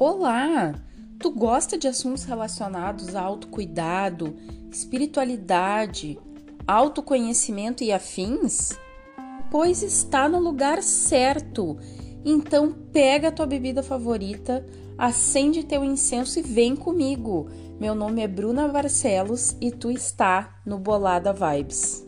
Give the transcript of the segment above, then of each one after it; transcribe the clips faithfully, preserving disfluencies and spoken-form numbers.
Olá! Tu gosta de assuntos relacionados a autocuidado, espiritualidade, autoconhecimento e afins? Pois está no lugar certo! Então pega a tua bebida favorita, acende teu incenso e vem comigo! Meu nome é Bruna Barcelos e tu está no Bolada Vibes.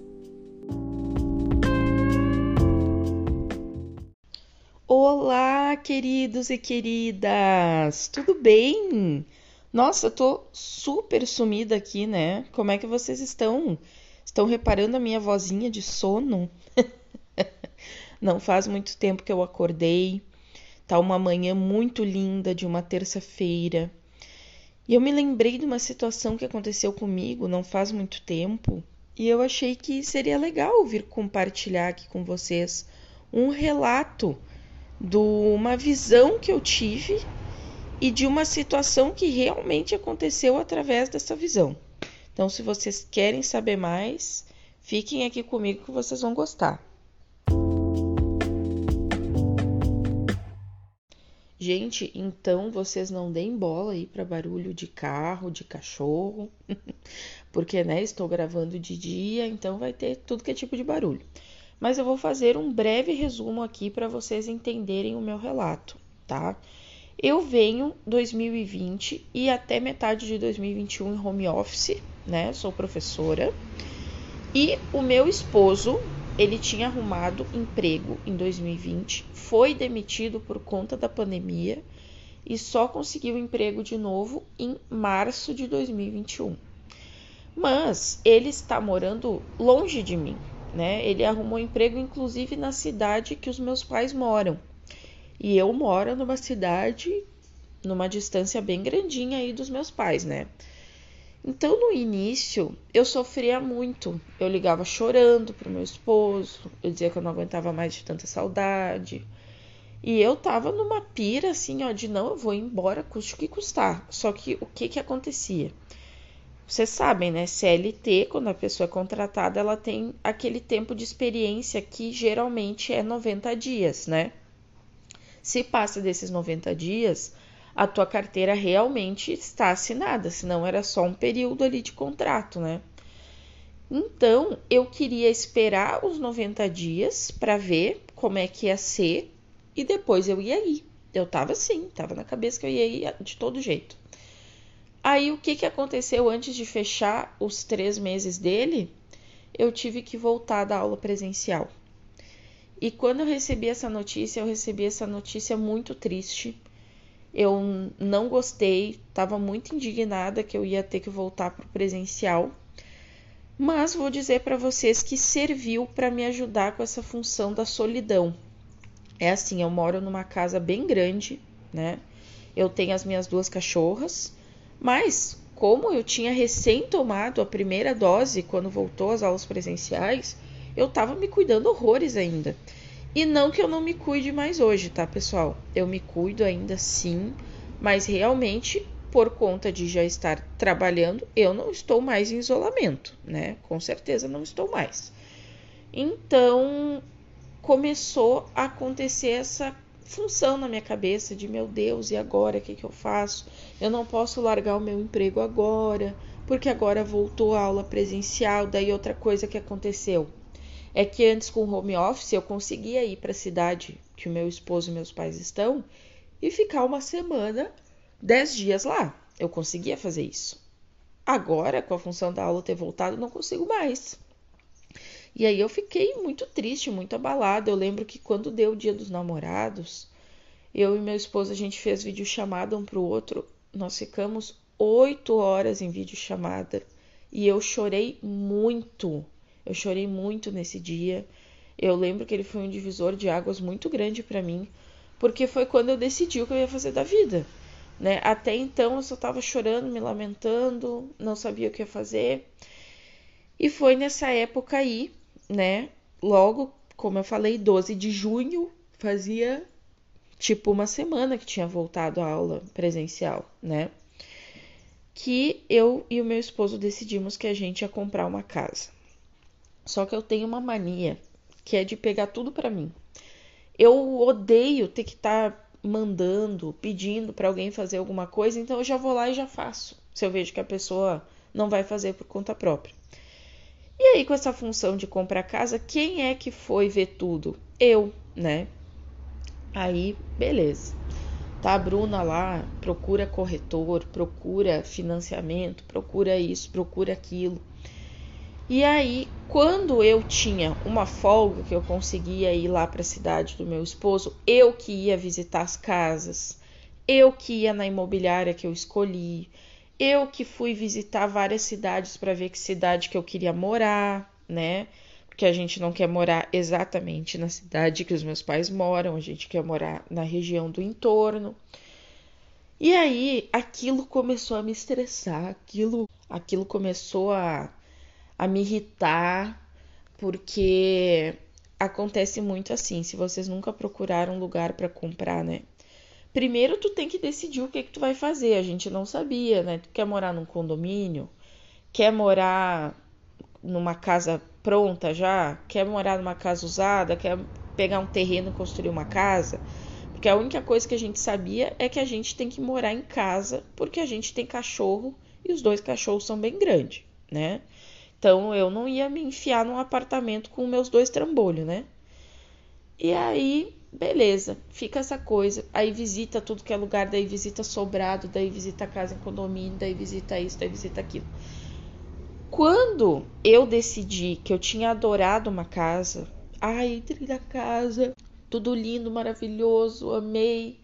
Olá, queridos e queridas! Tudo bem? Nossa, eu tô super sumida aqui, né? Como é que vocês estão? Estão reparando a minha vozinha de sono? Não faz muito tempo que eu acordei. Tá uma manhã muito linda de uma terça-feira. E eu me lembrei de uma situação que aconteceu comigo não faz muito tempo. E eu achei que seria legal vir compartilhar aqui com vocês um relato de uma visão que eu tive e de uma situação que realmente aconteceu através dessa visão. Então, se vocês querem saber mais, fiquem aqui comigo que vocês vão gostar. Gente, então vocês não deem bola aí para barulho de carro, de cachorro, porque, né, estou gravando de dia, então vai ter tudo que é tipo de barulho. Mas eu vou fazer um breve resumo aqui para vocês entenderem o meu relato, tá? Eu venho dois mil e vinte e até metade de dois mil e vinte e um em home office, né? Sou professora. E o meu esposo, ele tinha arrumado emprego em dois mil e vinte, foi demitido por conta da pandemia e só conseguiu emprego de novo em março de dois mil e vinte e um. Mas ele está morando longe de mim, né? Ele arrumou emprego, inclusive, na cidade que os meus pais moram. E eu moro numa cidade, numa distância bem grandinha aí dos meus pais, né? Então, no início, eu sofria muito. Eu ligava chorando pro meu esposo, eu dizia que eu não aguentava mais de tanta saudade. E eu tava numa pira, assim, ó, de não, eu vou embora, custe o que custar. Só que o que que acontecia? Vocês sabem, né? C L T, quando a pessoa é contratada, ela tem aquele tempo de experiência que geralmente é noventa dias, né? Se passa desses noventa dias, a tua carteira realmente está assinada, senão era só um período ali de contrato, né? Então, eu queria esperar os noventa dias para ver como é que ia ser e depois eu ia ir. Eu tava assim, tava na cabeça que eu ia ir de todo jeito. Aí, o que que aconteceu antes de fechar os três meses dele? Eu tive que voltar da aula presencial. E quando eu recebi essa notícia, eu recebi essa notícia muito triste. Eu não gostei, estava muito indignada que eu ia ter que voltar para o presencial. Mas vou dizer para vocês que serviu para me ajudar com essa função da solidão. É assim, eu moro numa casa bem grande, né? Eu tenho as minhas duas cachorras. Mas, como eu tinha recém tomado a primeira dose quando voltou às aulas presenciais, eu estava me cuidando horrores ainda. E não que eu não me cuide mais hoje, tá, pessoal? Eu me cuido ainda sim, mas realmente, por conta de já estar trabalhando, eu não estou mais em isolamento, né? Com certeza não estou mais. Então, começou a acontecer essa função na minha cabeça de, meu Deus, e agora o que, que eu faço? Eu não posso largar o meu emprego agora, porque agora voltou a aula presencial. Daí outra coisa que aconteceu é que antes com o home office eu conseguia ir para a cidade que o meu esposo e meus pais estão e ficar uma semana, dez dias lá. Eu conseguia fazer isso. Agora, com a função da aula ter voltado, não consigo mais. E aí eu fiquei muito triste, muito abalada. Eu lembro que quando deu o dia dos namorados, eu e meu esposo, a gente fez videochamada um pro outro. Nós ficamos oito horas em videochamada e eu chorei muito. Eu chorei muito nesse dia. Eu lembro que ele foi um divisor de águas muito grande para mim, porque foi quando eu decidi o que eu ia fazer da vida, né? Até então eu só estava chorando, me lamentando, não sabia o que ia fazer. E foi nessa época aí, né? Logo, como eu falei, doze de junho, fazia tipo uma semana que tinha voltado a aula presencial, né? Que eu e o meu esposo decidimos que a gente ia comprar uma casa. Só que eu tenho uma mania, que é de pegar tudo pra mim. Eu odeio ter que estar mandando, pedindo para alguém fazer alguma coisa, então eu já vou lá e já faço, se eu vejo que a pessoa não vai fazer por conta própria. E aí, com essa função de comprar casa, quem é que foi ver tudo? Eu, né? Aí, beleza. Tá a Bruna lá, procura corretor, procura financiamento, procura isso, procura aquilo. E aí, quando eu tinha uma folga que eu conseguia ir lá para a cidade do meu esposo, eu que ia visitar as casas, eu que ia na imobiliária que eu escolhi, eu que fui visitar várias cidades para ver que cidade que eu queria morar, né? Porque a gente não quer morar exatamente na cidade que os meus pais moram, a gente quer morar na região do entorno. E aí, aquilo começou a me estressar, aquilo, aquilo começou a, a me irritar, porque acontece muito assim, se vocês nunca procuraram um lugar para comprar, né? Primeiro tu tem que decidir o que que tu vai fazer, a gente não sabia, né? Tu quer morar num condomínio? Quer morar numa casa pronta já? Quer morar numa casa usada? Quer pegar um terreno e construir uma casa? Porque a única coisa que a gente sabia é que a gente tem que morar em casa, porque a gente tem cachorro e os dois cachorros são bem grandes, né? Então eu não ia me enfiar num apartamento com meus dois trambolhos, né? E aí, beleza, fica essa coisa. Aí visita tudo que é lugar, daí visita sobrado, daí visita casa em condomínio, daí visita isso, daí visita aquilo. Quando eu decidi que eu tinha adorado uma casa, ai, entrei na casa, tudo lindo, maravilhoso, amei.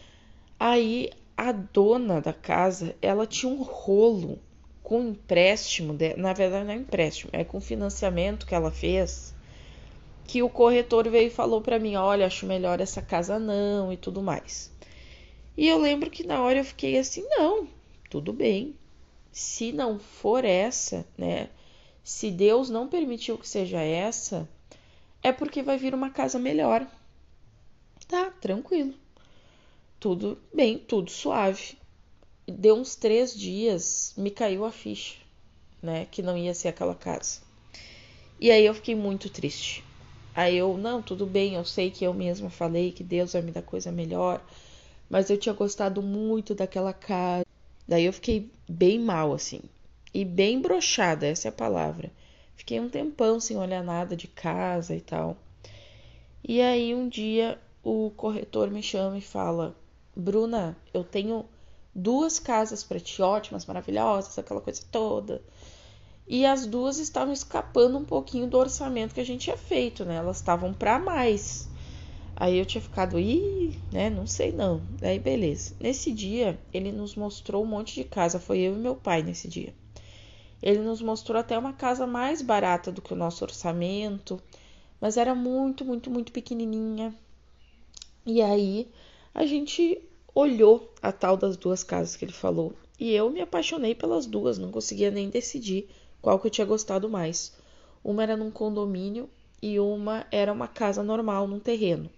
Aí a dona da casa, ela tinha um rolo com empréstimo, de... na verdade não é empréstimo, é com financiamento que ela fez, que o corretor veio e falou para mim, olha, acho melhor essa casa não e tudo mais. E eu lembro que na hora eu fiquei assim, não, tudo bem. Se não for essa, né? Se Deus não permitiu que seja essa, é porque vai vir uma casa melhor. Tá, tranquilo. Tudo bem, tudo suave. Deu uns três dias, me caiu a ficha, né? Que não ia ser aquela casa. E aí eu fiquei muito triste. Aí eu, não, tudo bem, eu sei que eu mesma falei que Deus vai me dar coisa melhor, mas eu tinha gostado muito daquela casa. Daí eu fiquei bem mal, assim, e bem broxada, essa é a palavra. Fiquei um tempão sem olhar nada de casa e tal. E aí um dia o corretor me chama e fala, Bruna, eu tenho duas casas para ti, ótimas, maravilhosas, aquela coisa toda. E as duas estavam escapando um pouquinho do orçamento que a gente tinha feito, né? Elas estavam para mais. Aí eu tinha ficado, ih, né? Não sei não. Daí beleza. Nesse dia, ele nos mostrou um monte de casa. Foi eu e meu pai nesse dia. Ele nos mostrou até uma casa mais barata do que o nosso orçamento. Mas era muito, muito, muito pequenininha. E aí a gente olhou a tal das duas casas que ele falou. E eu me apaixonei pelas duas. Não conseguia nem decidir qual que eu tinha gostado mais. Uma era num condomínio e uma era uma casa normal, num terreno.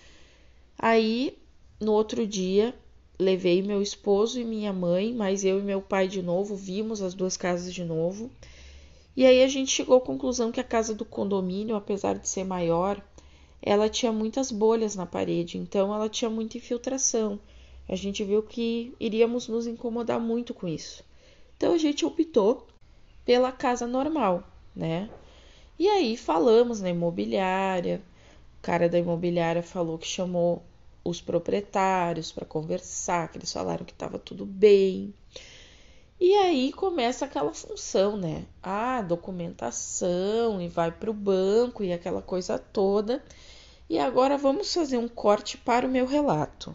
Aí, no outro dia, levei meu esposo e minha mãe, mas eu e meu pai de novo, vimos as duas casas de novo. E aí a gente chegou à conclusão que a casa do condomínio, apesar de ser maior, ela tinha muitas bolhas na parede, então ela tinha muita infiltração. A gente viu que iríamos nos incomodar muito com isso. Então a gente optou pela casa normal, né? E aí falamos na imobiliária, o cara da imobiliária falou que chamou os proprietários para conversar, que eles falaram que estava tudo bem. E aí começa aquela função, né? Ah, documentação e vai para o banco e aquela coisa toda. E agora vamos fazer um corte para o meu relato.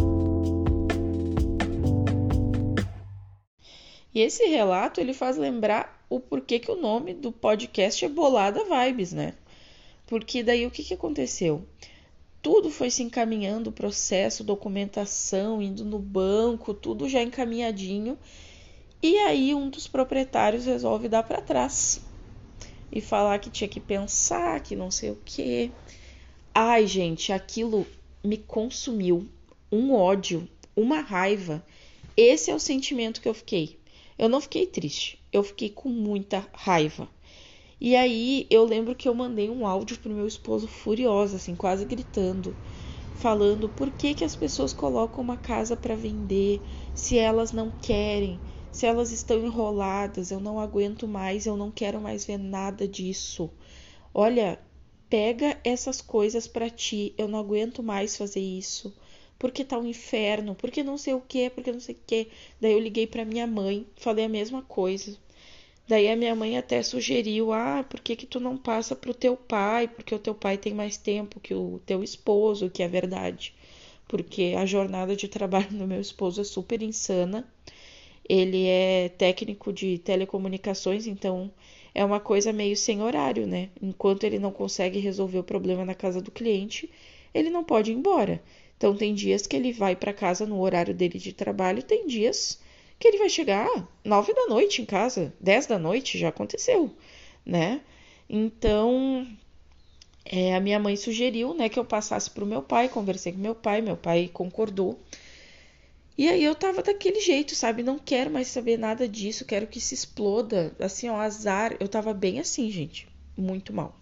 E esse relato, ele faz lembrar o porquê que o nome do podcast é Bolada Vibes, né? Porque daí o que, que aconteceu? Tudo foi se encaminhando, o processo, documentação, indo no banco, tudo já encaminhadinho. E aí um dos proprietários resolve dar para trás e falar que tinha que pensar, que não sei o quê. Ai, gente, aquilo me consumiu. Um ódio, uma raiva. Esse é o sentimento que eu fiquei. Eu não fiquei triste, eu fiquei com muita raiva. E aí eu lembro que eu mandei um áudio pro meu esposo furiosa, assim, quase gritando. falando por que que as pessoas colocam uma casa para vender se elas não querem, se elas estão enroladas, eu não aguento mais, eu não quero mais ver nada disso. Olha, pega essas coisas para ti, eu não aguento mais fazer isso. Porque tá um inferno, porque não sei o que, porque não sei o que. Daí eu liguei para minha mãe, falei a mesma coisa. Daí a minha mãe até sugeriu, ah, por que que tu não passa pro teu pai? Porque o teu pai tem mais tempo que o teu esposo, que é verdade. Porque a jornada de trabalho do meu esposo é super insana. Ele é técnico de telecomunicações, então é uma coisa meio sem horário, né? Enquanto ele não consegue resolver o problema na casa do cliente, ele não pode ir embora. Então tem dias que ele vai para casa no horário dele de trabalho, tem dias que ele vai chegar nove da noite em casa, dez da noite, já aconteceu, né? Então, é, a minha mãe sugeriu, né, que eu passasse pro meu pai, conversei com meu pai, meu pai concordou. E aí eu tava daquele jeito, sabe? Não quero mais saber nada disso, quero que se exploda. Assim, ó, azar. Eu tava bem assim, gente. Muito mal.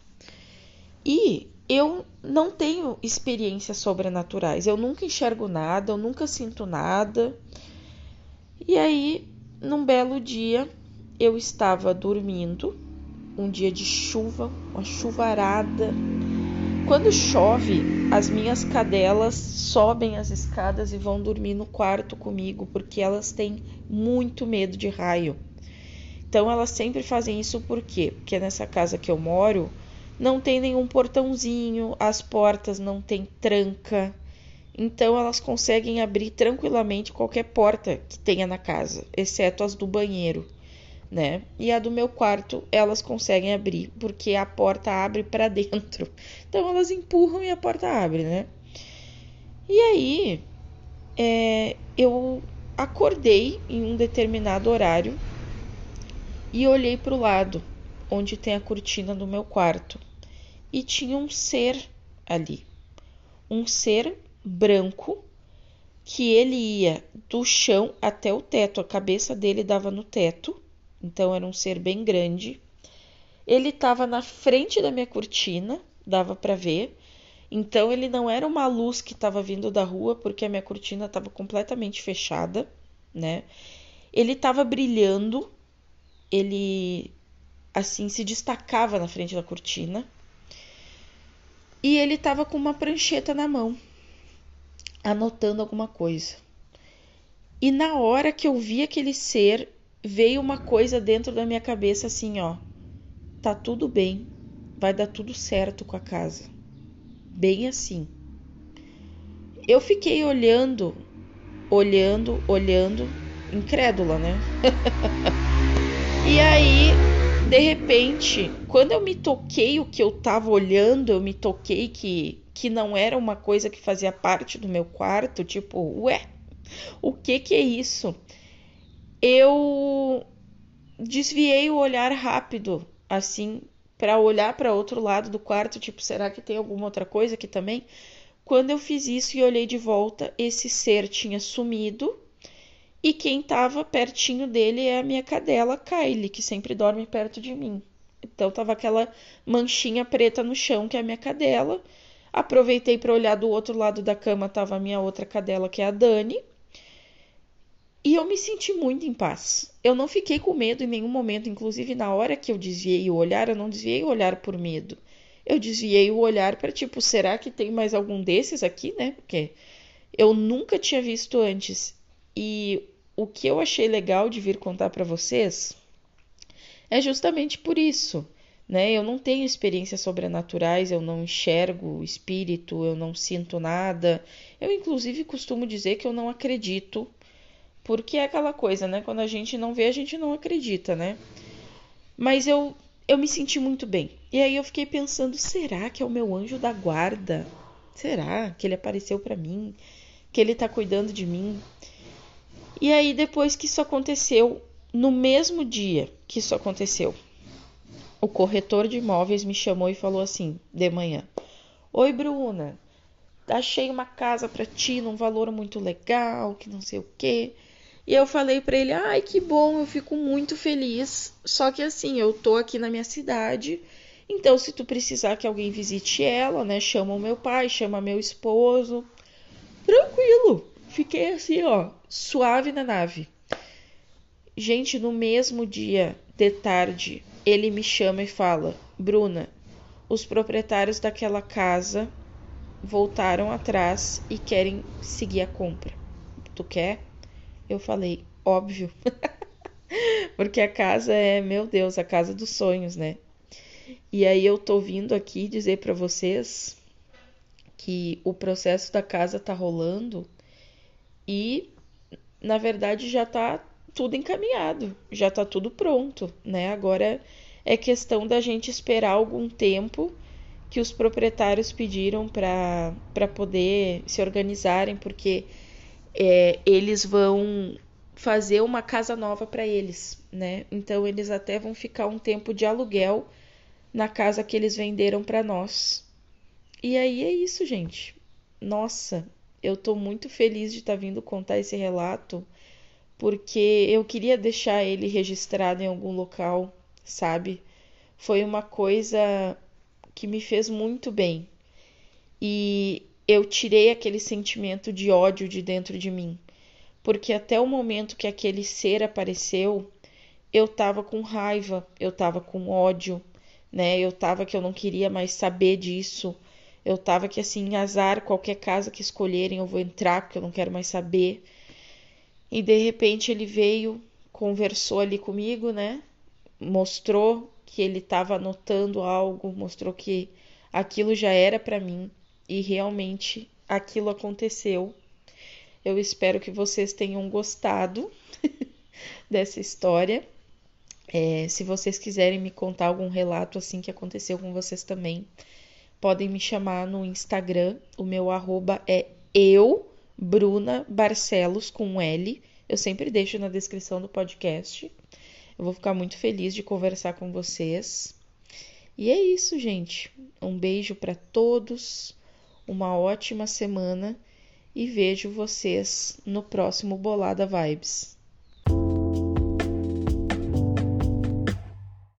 E eu não tenho experiências sobrenaturais. Eu nunca enxergo nada, eu nunca sinto nada. E aí, num belo dia, eu estava dormindo. Um dia de chuva, uma chuvarada. Quando chove, as minhas cadelas sobem as escadas e vão dormir no quarto comigo, porque elas têm muito medo de raio. Então elas sempre fazem isso por quê? Porque nessa casa que eu moro não tem nenhum portãozinho, as portas não tem tranca. Então elas conseguem abrir tranquilamente qualquer porta que tenha na casa, exceto as do banheiro, né? E a do meu quarto elas conseguem abrir, porque a porta abre para dentro. Então elas empurram e a porta abre, né? E aí é, eu acordei em um determinado horário e olhei para o lado, onde tem a cortina do meu quarto. E tinha um ser ali. Um ser branco que ele ia do chão até o teto. A cabeça dele dava no teto. Então era um ser bem grande. Ele estava na frente da minha cortina, dava para ver. Então ele não era uma luz que estava vindo da rua, porque a minha cortina estava completamente fechada, né? Ele estava brilhando, ele assim se destacava na frente da cortina. E ele estava com uma prancheta na mão, anotando alguma coisa. E na hora que eu vi aquele ser, veio uma coisa dentro da minha cabeça assim, ó. Tá tudo bem, vai dar tudo certo com a casa. Bem assim. Eu fiquei olhando, olhando, olhando, incrédula, né? E aí, de repente, quando eu me toquei o que eu tava olhando, eu me toquei que, que não era uma coisa que fazia parte do meu quarto, tipo, ué, o que que é isso? Eu desviei o olhar rápido, assim, para olhar para outro lado do quarto, tipo, será que tem alguma outra coisa aqui também? Quando eu fiz isso e olhei de volta, esse ser tinha sumido e quem estava pertinho dele é a minha cadela Kylie, que sempre dorme perto de mim. Então tava aquela manchinha preta no chão, que é a minha cadela. Aproveitei para olhar do outro lado da cama, tava a minha outra cadela, que é a Dani. E eu me senti muito em paz. Eu não fiquei com medo em nenhum momento, inclusive na hora que eu desviei o olhar, eu não desviei o olhar por medo. Eu desviei o olhar para tipo, será que tem mais algum desses aqui, né? Porque eu nunca tinha visto antes. E o que eu achei legal de vir contar para vocês é justamente por isso, né? Eu não tenho experiências sobrenaturais, eu não enxergo espírito, eu não sinto nada. Eu, inclusive, costumo dizer que eu não acredito, porque é aquela coisa, né? Quando a gente não vê, a gente não acredita, né? Mas eu, eu me senti muito bem. E aí eu fiquei pensando, será que é o meu anjo da guarda? Será que ele apareceu para mim? Que ele tá cuidando de mim? E aí, depois que isso aconteceu, no mesmo dia que isso aconteceu, o corretor de imóveis me chamou e falou assim, de manhã: Oi, Bruna, achei uma casa para ti num valor muito legal, que não sei o quê. E eu falei para ele: ai, que bom, eu fico muito feliz. Só que assim, eu tô aqui na minha cidade Então, se tu precisar que alguém visite ela, né, chama o meu pai, chama meu esposo. Tranquilo. Fiquei assim, ó, suave na nave. Gente, no mesmo dia de tarde, ele me chama e fala: Bruna, os proprietários daquela casa voltaram atrás e querem seguir a compra. Tu quer? Eu falei, óbvio. Porque a casa é, meu Deus, a casa dos sonhos, né? E aí eu tô vindo aqui dizer para vocês que o processo da casa tá rolando e, na verdade, já tá tudo encaminhado, já tá tudo pronto, né? Agora é questão da gente esperar algum tempo que os proprietários pediram para para poder se organizarem, porque é, eles vão fazer uma casa nova para eles, né? Então eles até vão ficar um tempo de aluguel na casa que eles venderam para nós. E aí é isso, gente. Nossa, eu tô muito feliz de estar tá vindo contar esse relato, porque eu queria deixar ele registrado em algum local, sabe? Foi uma coisa que me fez muito bem. E eu tirei aquele sentimento de ódio de dentro de mim, porque até o momento que aquele ser apareceu, eu tava com raiva, eu tava com ódio, né? Eu tava que eu não queria mais saber disso. Eu tava que assim, azar, qualquer casa que escolherem eu vou entrar porque eu não quero mais saber. E de repente ele veio, conversou ali comigo, né? Mostrou que ele estava anotando algo, mostrou que aquilo já era para mim e realmente aquilo aconteceu. Eu espero que vocês tenham gostado dessa história. É, se vocês quiserem me contar algum relato assim que aconteceu com vocês também, podem me chamar no Instagram. O meu arroba é eu, Bruna Barcelos, com um L. Eu sempre deixo na descrição do podcast. Eu vou ficar muito feliz de conversar com vocês. E é isso, gente. Um beijo para todos, uma ótima semana e vejo vocês no próximo Bolada Vibes.